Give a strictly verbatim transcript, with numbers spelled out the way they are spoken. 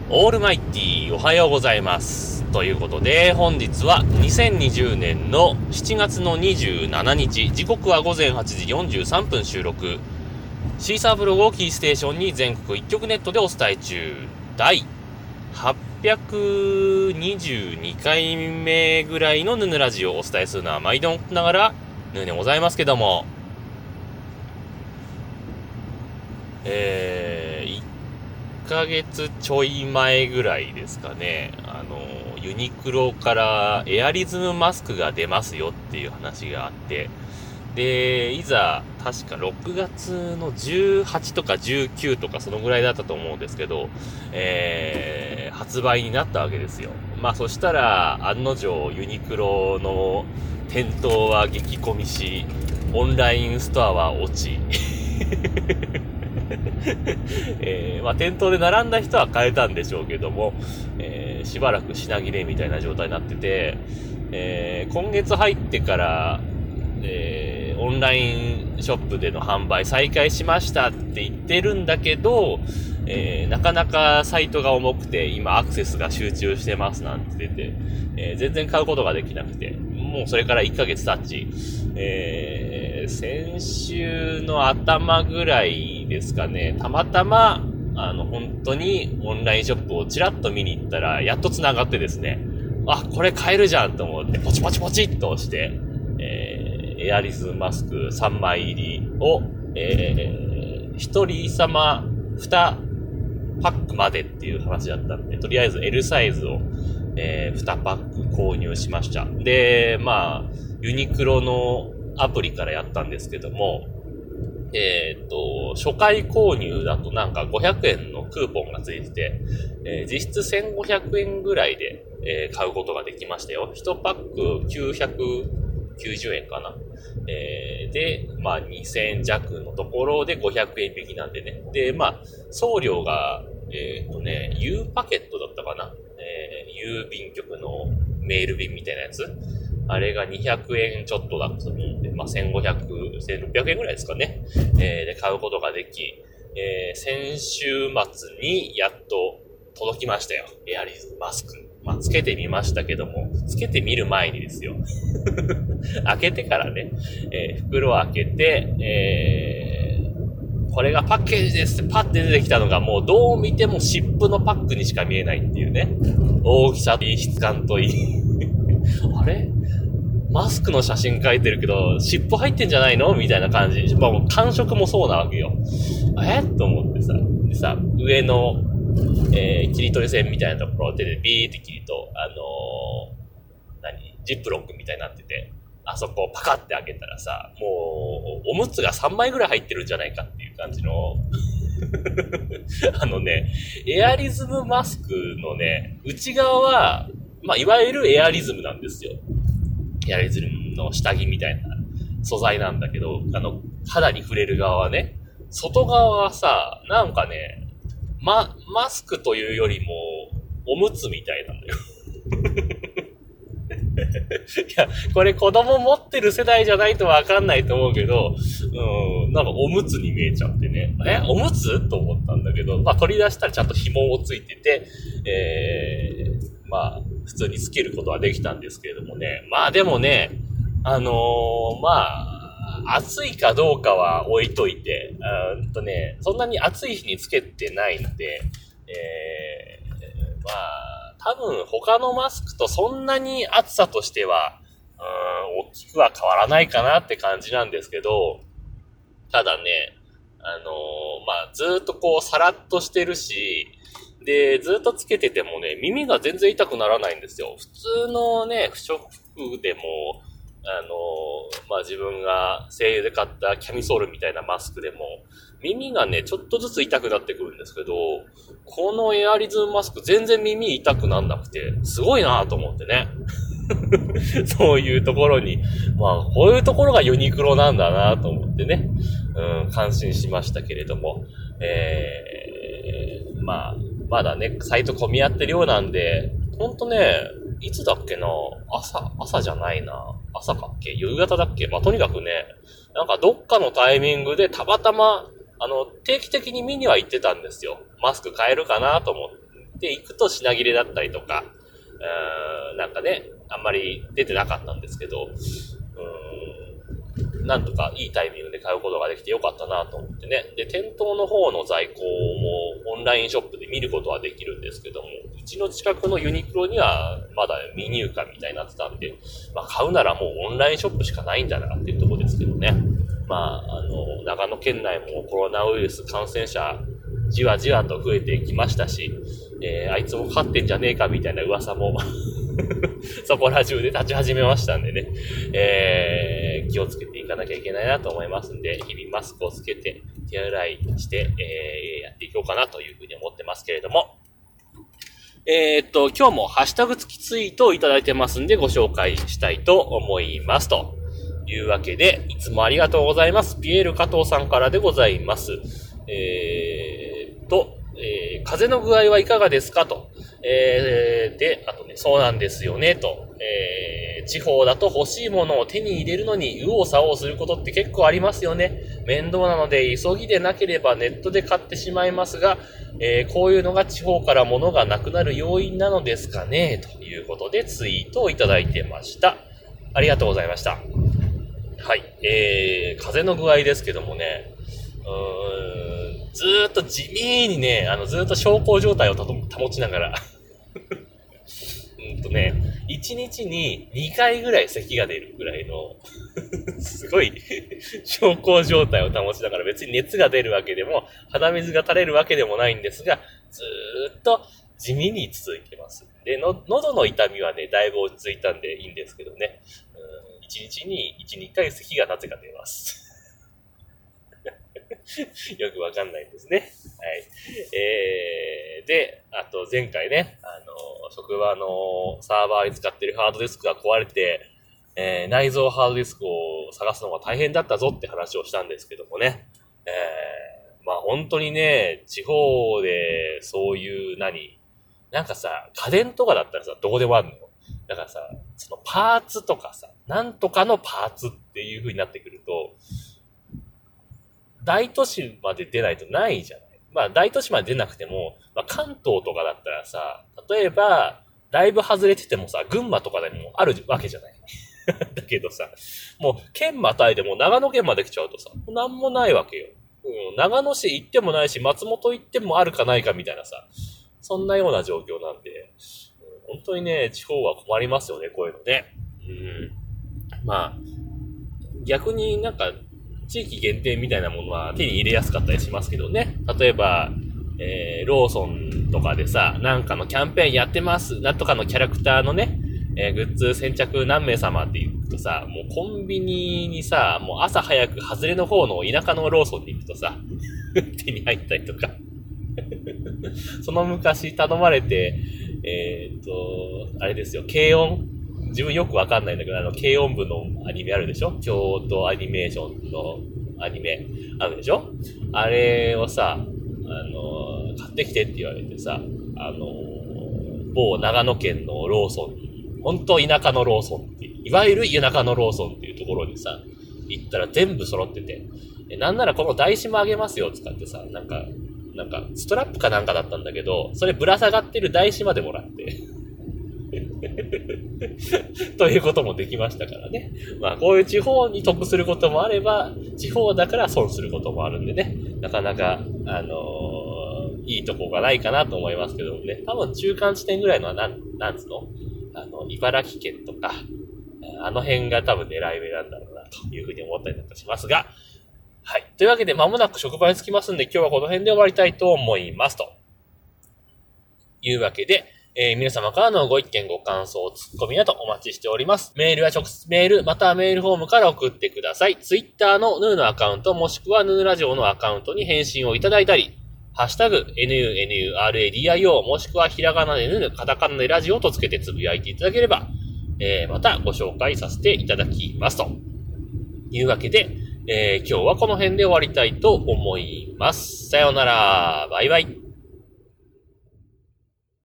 オールマイティーおはようございます。ということで、本日はにせんにじゅうねんのしちがつのにじゅうしちにち、時刻はごぜんはちじよんじゅうさんぷん収録。シーサーブログをキーステーションに全国一曲ネットでお伝え中。第はっぴゃくにじゅうにかいめぐらいのヌヌラジオをお伝えするのは毎度ながらヌーでございますけども、えー、いっかげつちょい前ぐらいですかね、あの、ユニクロからエアリズムマスクが出ますよっていう話があって、で、いざ、確かろくがつのじゅうはちとかじゅうくとかそのぐらいだったと思うんですけど、えー、発売になったわけですよ。まあそしたら、案の定ユニクロの店頭は激混みし、オンラインストアは落ち、えー、まあ店頭で並んだ人は買えたんでしょうけども、えー、しばらく品切れみたいな状態になってて、えー、今月入ってから、えー、オンラインショップでの販売再開しましたって言ってるんだけど、えー、なかなかサイトが重くて今アクセスが集中してますなんて出て、えー、全然買うことができなくて、もうそれからいっかげつ経ち、えー、先週の頭ぐらいですかね、たまたまあの本当にオンラインショップをちらっと見に行ったらやっと繋がってですね、あ、これ買えるじゃんと思ってポチポチポチっと押して、えー、エアリズムマスクさんまい入りを、えー、ひとり様にパックまでっていう話だったんで、とりあえず L サイズを、えー、にパック購入しました。で、まあ、ユニクロのアプリからやったんですけども、えっと、初回購入だとなんかごひゃくえんのクーポンがついてて、えー、実質せんごひゃくえんぐらいで、えー、買うことができましたよ。いちパックきゅうひゃくきゅうじゅうえんかな。えー、で、まあにせんえん弱のところでごひゃくえん引きなんでね。で、まあ、送料が、えっとね、U パケットだったかな。えー、郵便局のメール便みたいなやつ。あれがにひゃくえんちょっとだったと思うんで、まあ、せんごひゃく、せんろっぴゃくえんぐらいですかね。えー、で、買うことができ、えー、先週末にやっと届きましたよ。エアリズムマスク。まあ、つけてみましたけども、つけてみる前にですよ。開けてからね、えー、袋を開けて、えー、これがパッケージですってパッて出てきたのがもうどう見ても湿布のパックにしか見えないっていうね。大きさといい、質感といい。あれマスクの写真書いてるけど、湿布入ってんじゃないのみたいな感じ。まあ、もう感触もそうなわけよ。えと思ってさ。でさ、上の、えー、切り取り線みたいなところを手でビーって切ると、あのー、何ジップロックみたいになってて、あそこをパカって開けたらさ、もう、おむつがさんまいぐらい入ってるんじゃないかっていう感じの、あのね、エアリズムマスクのね、内側は、まあ、いわゆるエアリズムなんですよ。エアリズムの下着みたいな素材なんだけど、あの、肌に触れる側はね、外側はさ、なんかね、ま、マスクというよりも、おむつみたいなんだよ。いや、これ子供持ってる世代じゃないとわかんないと思うけど、うん、なんかおむつに見えちゃってね。え、おむつと思ったんだけど、まあ取り出したらちゃんと紐をついてて、えー、まあ、普通につけることはできたんですけれどもね。まあでもね、あのー、まあ、暑いかどうかは置いといて、うんとね、そんなに暑い日につけてないので、えー、まあ、多分他のマスクとそんなに暑さとしては、うーん、大きくは変わらないかなって感じなんですけど、ただね、あのー、まあ、ずーっとこう、さらっとしてるし、で、ずっとつけててもね、耳が全然痛くならないんですよ。普通のね、不織布でも、あのー、まあ、自分が声優で買ったキャミソールみたいなマスクでも、耳がね、ちょっとずつ痛くなってくるんですけど、このエアリズムマスク全然耳痛くなんなくて、すごいなぁと思ってね。そういうところに、まあ、こういうところがユニクロなんだなと思ってね、うん、感心しましたけれども、えー、まあ、まだね、サイト混み合ってるようなんで、ほんとね、いつだっけな、朝、朝じゃないな、朝かっけ、夕方だっけ、まあ、とにかくね、なんかどっかのタイミングでたまたま、あの、定期的に見には行ってたんですよ。マスク買えるかなと思っで、行くと品切れだったりとか、うーん、なんかね、あんまり出てなかったんですけど、うーん、なんとかいいタイミングで買うことができてよかったなと思ってね。で、店頭の方の在庫もオンラインショップで見ることはできるんですけども、うちの近くのユニクロにはまだ未入荷みたいになってたんで、まあ買うならもうオンラインショップしかないんだなっていうところですけどね。まあ、あの、長野県内もコロナウイルス感染者じわじわと増えてきましたし、えー、あいつもかかってんじゃねえかみたいな噂もそこら中で立ち始めましたんでね、えー、気をつけていかなきゃいけないなと思いますんで、日々マスクをつけて手洗いして、えー、やっていこうかなというふうに思ってますけれども、えー、っと、今日もハッシュタグ付きツイートをいただいてますんでご紹介したいと思いますというわけで、いつもありがとうございます。ピエール加藤さんからでございます。えー、っと、えー、風の具合はいかがですかと。えー、で、あとね、そうなんですよね、と。えー、地方だと欲しいものを手に入れるのに右往左往することって結構ありますよね。面倒なので急ぎでなければネットで買ってしまいますが、えー、こういうのが地方から物がなくなる要因なのですかね、ということでツイートをいただいてました。ありがとうございました。はい、えー、風の具合ですけどもね、うーんずーっと地味にね、あの、ずーっと小康状態を保ちながらうんとね、いちにちににかいぐらい咳が出るぐらいのすごい小康状態を保ちながら、別に熱が出るわけでも鼻水が垂れるわけでもないんですが、ずーっと地味に続いてます。で、の喉の痛みはね、だいぶ落ち着いたんでいいんですけどね、うん、いちにちにいち、にかい咳がなぜか出ますよくわかんないんですね。はい。えー、で、あと前回ね、あの、職場のサーバーに使ってるハードディスクが壊れて、えー、内蔵ハードディスクを探すのが大変だったぞって話をしたんですけどもね。えー、まあ本当にね、地方でそういう何、なんかさ、家電とかだったらさ、どこでもあるの。だからさ、そのパーツとかさ、なんとかのパーツっていう風になってくると、大都市まで出ないとないじゃない。まあ大都市まで出なくても、まあ関東とかだったらさ、例えば、だいぶ外れててもさ、群馬とかでもあるわけじゃない。だけどさ、もう県またいでも長野県まで来ちゃうとさ、なんもないわけよ。うん、長野市行ってもないし、松本行ってもあるかないかみたいなさ、そんなような状況なんで、うん、本当にね、地方は困りますよね、こういうのね。うん、まあ、逆になんか、地域限定みたいなものは手に入れやすかったりしますけどね。例えば、えー、ローソンとかでさ、なんかのキャンペーンやってます。なんとかのキャラクターのね、えー、グッズ先着何名様って言うとさ、もうコンビニにさ、もう朝早く外れの方の田舎のローソンに行くとさ、手に入ったりとか。その昔頼まれて、えーっと、あれですよ、軽音自分よくわかんないんだけど、あの、軽音部のアニメあるでしょ？京都アニメーションのアニメあるでしょ？あれをさ、あの、買ってきてって言われてさ、あの、某長野県のローソンに、本当田舎のローソンっていう、いわゆる田舎のローソンっていうところにさ、行ったら全部揃ってて、なんならこの台紙もあげますよ、使ってさ、なんか、なんか、ストラップかなんかだったんだけど、それぶら下がってる台紙までもらって、ということもできましたからね。まあこういう地方に得することもあれば、地方だから損することもあるんでね、なかなか、あのー、いいとこがないかなと思いますけどもね、多分中間地点ぐらいのはなん、なんつうのあの、茨城県とか、あの辺が多分狙い目なんだろうなというふうに思ったりなんかしますが、はい。というわけで間もなく職場に着きますんで、今日はこの辺で終わりたいと思います。というわけで、えー、皆様からのご意見、ご感想、ツッコミなどお待ちしております。メールは直接メール、またはメールフォームから送ってください。ツイッターのヌーのアカウント、もしくはヌーラジオのアカウントに返信をいただいたり、ハッシュタグ、ヌーヌーラディオ、もしくはひらがなでヌー、カタカナでラジオとつけてつぶやいていただければ、えー、またご紹介させていただきますというわけで、えー、今日はこの辺で終わりたいと思います。さようなら。バイバイ。